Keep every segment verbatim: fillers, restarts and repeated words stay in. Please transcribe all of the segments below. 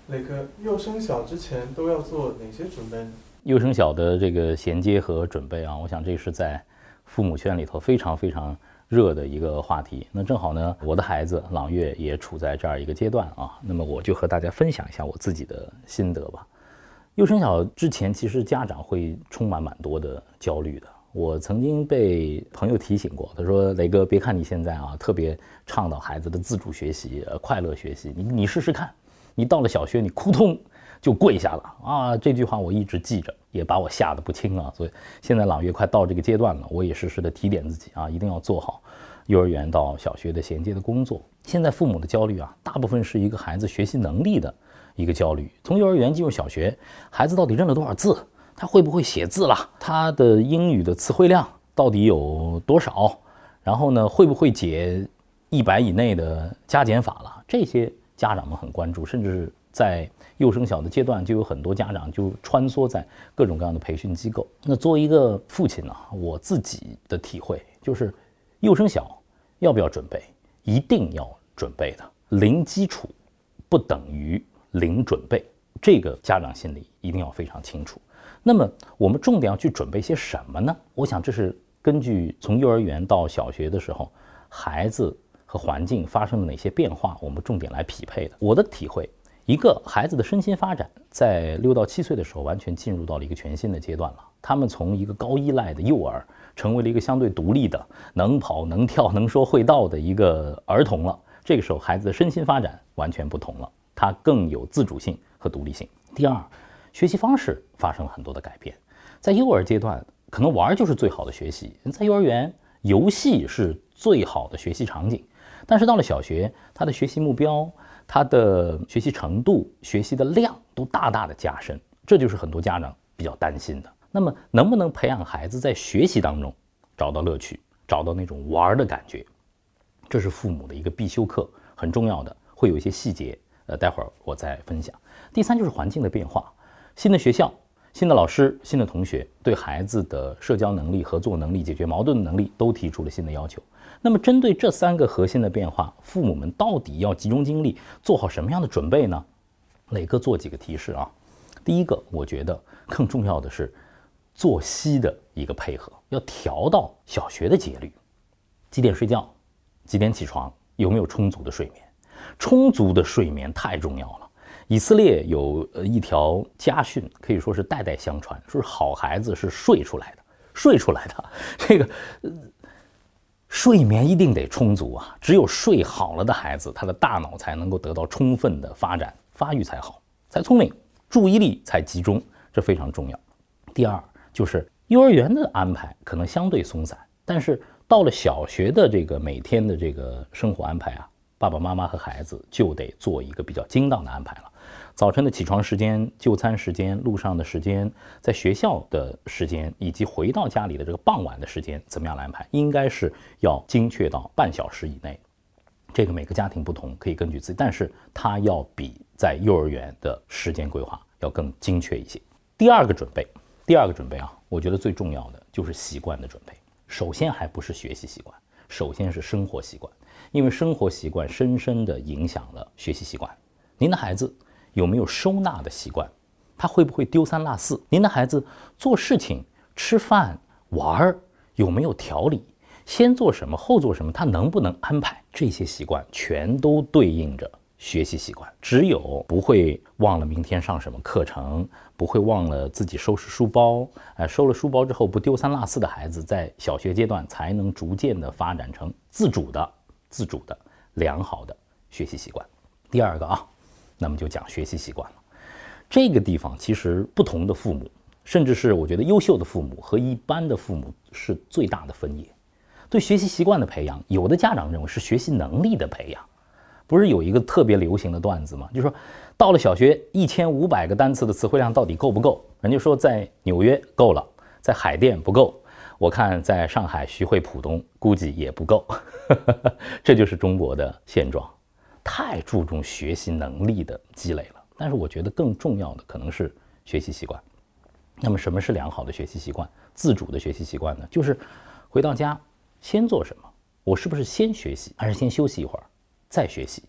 磊哥，幼升小之前都要做哪些准备呢？ 幼升小的这个衔接和准备啊，我想这是在父母圈里头非常非常热的一个话题。那正好呢，我的孩子朗月也处在这样一个阶段啊，那么我就和大家分享一下我自己的心得吧。幼升小之前，其实家长会充满蛮多的焦虑的。我曾经被朋友提醒过，他说：“磊哥，别看你现在啊特别倡导孩子的自主学习、呃快乐学习，你你试试看。”你到了小学，你扑通就跪下了啊！这句话我一直记着，也把我吓得不轻啊。所以现在朗月快到这个阶段了，我也时时的提点自己啊，一定要做好幼儿园到小学的衔接的工作。现在父母的焦虑啊，大部分是一个孩子学习能力的一个焦虑。从幼儿园进入小学，孩子到底认了多少字？他会不会写字了？他的英语的词汇量到底有多少？然后呢，会不会解一百以内的加减法了？这些家长们很关注，甚至是在幼升小的阶段，就有很多家长就穿梭在各种各样的培训机构。那作为一个父亲呢，我自己的体会就是，幼升小要不要准备？一定要准备的。零基础不等于零准备，这个家长心里一定要非常清楚。那么我们重点要去准备些什么呢？我想这是根据从幼儿园到小学的时候，孩子和环境发生了哪些变化，我们重点来匹配的。我的体会，一个孩子的身心发展在六到七岁的时候，完全进入到了一个全新的阶段了。他们从一个高依赖的幼儿，成为了一个相对独立的、能跑能跳、能说会道的一个儿童了。这个时候，孩子的身心发展完全不同了，他更有自主性和独立性。第二，学习方式发生了很多的改变。在幼儿阶段，可能玩就是最好的学习；在幼儿园，游戏是最好的学习场景。但是到了小学，他的学习目标、他的学习程度、学习的量都大大的加深，这就是很多家长比较担心的。那么，能不能培养孩子在学习当中找到乐趣，找到那种玩的感觉？这是父母的一个必修课，很重要的，会有一些细节，呃，待会儿我再分享。第三就是环境的变化，新的学校、新的老师、新的同学，对孩子的社交能力、合作能力、解决矛盾的能力都提出了新的要求。那么针对这三个核心的变化，父母们到底要集中精力做好什么样的准备呢？磊哥做几个提示啊。第一个，我觉得更重要的是作息的一个配合，要调到小学的节律，几点睡觉，几点起床，有没有充足的睡眠？充足的睡眠太重要了。以色列有呃一条家训，可以说是代代相传，说是好孩子是睡出来的，睡出来的。这个、呃、睡眠一定得充足啊，只有睡好了的孩子，他的大脑才能够得到充分的发展，发育才好，才聪明，注意力才集中，这非常重要。第二就是幼儿园的安排可能相对松散，但是到了小学的这个每天的这个生活安排啊，爸爸妈妈和孩子就得做一个比较精当的安排了。早晨的起床时间、就餐时间、路上的时间、在学校的时间，以及回到家里的这个傍晚的时间，怎么样来安排？应该是要精确到半小时以内。这个每个家庭不同，可以根据自己，但是它要比在幼儿园的时间规划要更精确一些。第二个准备，第二个准备啊，我觉得最重要的就是习惯的准备。首先还不是学习习惯，首先是生活习惯，因为生活习惯深深地影响了学习习惯。您的孩子有没有收纳的习惯？他会不会丢三落四？您的孩子做事情、吃饭、玩有没有条理？先做什么，后做什么，他能不能安排？这些习惯全都对应着学习习惯。只有不会忘了明天上什么课程，不会忘了自己收拾书包，呃，收了书包之后不丢三落四的孩子，在小学阶段才能逐渐的发展成自主的、自主的良好的学习习惯。第二个啊，那么就讲学习习惯了。这个地方其实不同的父母，甚至是我觉得优秀的父母和一般的父母是最大的分野。对学习习惯的培养，有的家长认为是学习能力的培养。不是有一个特别流行的段子吗？就是说到了小学一千五百个单词的词汇量到底够不够？人家说在纽约够了，在海淀不够，我看在上海徐汇浦东估计也不够。这就是中国的现状，太注重学习能力的积累了。但是我觉得更重要的可能是学习习惯。那么什么是良好的学习习惯？自主的学习习惯呢？就是回到家先做什么？我是不是先学习，还是先休息一会儿再学习？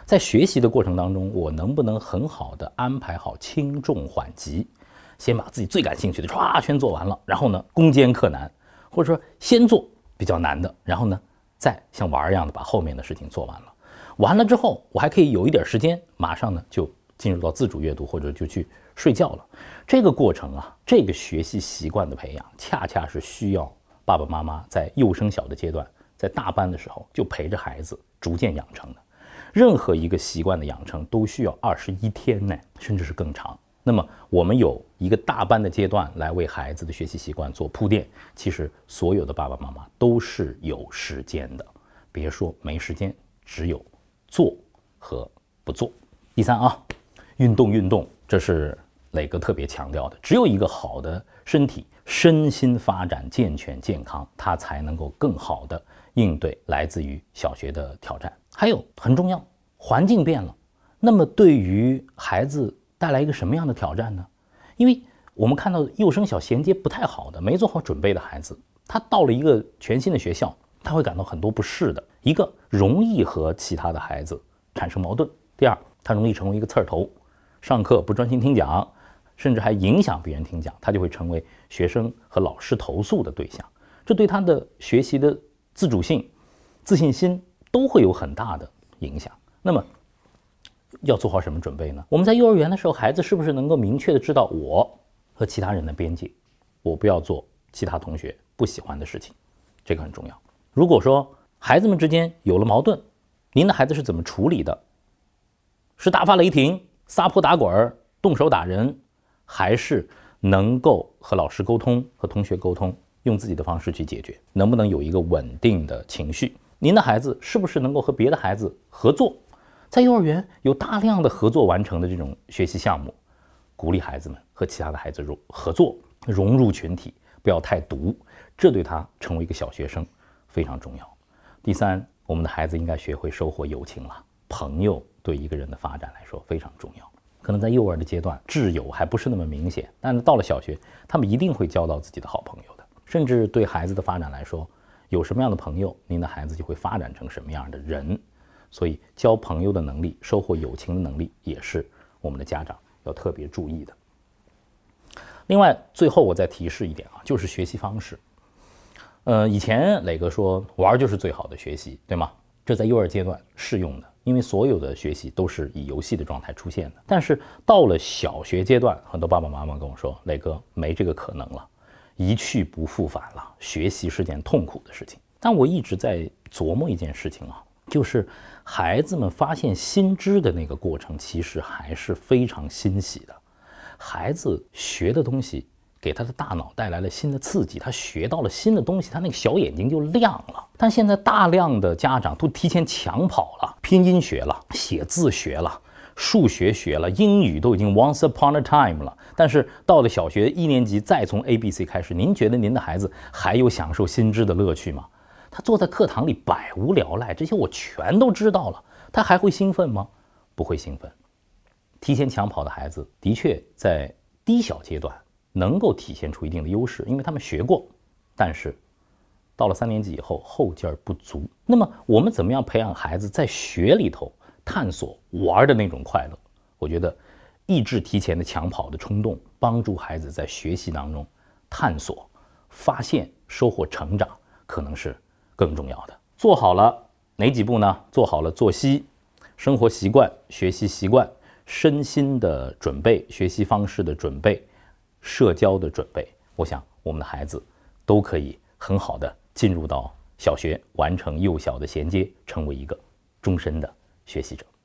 在学习的过程当中，我能不能很好的安排好轻重缓急，先把自己最感兴趣的唰全做完了，然后呢攻坚克难，或者说先做比较难的，然后呢再像玩一样的把后面的事情做完了。完了之后，我还可以有一点时间，马上呢就进入到自主阅读，或者就去睡觉了。这个过程啊，这个学习习惯的培养，恰恰是需要爸爸妈妈在幼升小的阶段，在大班的时候就陪着孩子逐渐养成的。任何一个习惯的养成都需要二十一天呢，甚至是更长。那么我们有一个大班的阶段来为孩子的学习习惯做铺垫，其实所有的爸爸妈妈都是有时间的，别说没时间，只有做和不做。第三啊，运动运动，这是磊哥特别强调的。只有一个好的身体，身心发展健全健康，他才能够更好的应对来自于小学的挑战。还有很重要，环境变了，那么对于孩子带来一个什么样的挑战呢？因为我们看到幼升小衔接不太好的，没做好准备的孩子，他到了一个全新的学校，他会感到很多不适的。一个容易和其他的孩子产生矛盾，第二，他容易成为一个刺儿头，上课不专心听讲，甚至还影响别人听讲，他就会成为学生和老师投诉的对象。这对他的学习的自主性、自信心都会有很大的影响。那么要做好什么准备呢？我们在幼儿园的时候，孩子是不是能够明确的知道我和其他人的边界，我不要做其他同学不喜欢的事情，这个很重要。如果说孩子们之间有了矛盾，您的孩子是怎么处理的？是大发雷霆、撒泼打滚、动手打人，还是能够和老师沟通、和同学沟通，用自己的方式去解决？能不能有一个稳定的情绪？您的孩子是不是能够和别的孩子合作？在幼儿园有大量的合作完成的这种学习项目，鼓励孩子们和其他的孩子合作，融入群体，不要太独，这对他成为一个小学生非常重要。第三，我们的孩子应该学会收获友情了。朋友对一个人的发展来说非常重要。可能在幼儿的阶段，挚友还不是那么明显，但是到了小学，他们一定会交到自己的好朋友的。甚至对孩子的发展来说，有什么样的朋友，您的孩子就会发展成什么样的人。所以交朋友的能力，收获友情的能力，也是我们的家长要特别注意的。另外，最后我再提示一点啊，就是学习方式。呃，以前磊哥说玩就是最好的学习，对吗？这在幼儿阶段适用的，因为所有的学习都是以游戏的状态出现的。但是到了小学阶段，很多爸爸妈妈跟我说，磊哥没这个可能了，一去不复返了，学习是件痛苦的事情。但我一直在琢磨一件事情啊，就是孩子们发现新知的那个过程，其实还是非常欣喜的。孩子学的东西给他的大脑带来了新的刺激，他学到了新的东西，他那个小眼睛就亮了。但现在大量的家长都提前抢跑了，拼音学了，写字学了，数学学了，英语都已经 once upon a time 了。但是到了小学一年级，再从 A B C 开始，您觉得您的孩子还有享受新知的乐趣吗？他坐在课堂里百无聊赖，这些我全都知道了，他还会兴奋吗？不会兴奋。提前抢跑的孩子的确在低小阶段能够体现出一定的优势，因为他们学过，但是到了三年级以后后劲儿不足。那么我们怎么样培养孩子在学里头探索玩的那种快乐？我觉得抑制提前的抢跑的冲动，帮助孩子在学习当中探索、发现、收获成长，可能是更重要的。做好了哪几步呢？做好了作息、生活习惯、学习习惯、身心的准备、学习方式的准备、社交的准备，我想我们的孩子都可以很好的进入到小学，完成幼小的衔接，成为一个终身的学习者。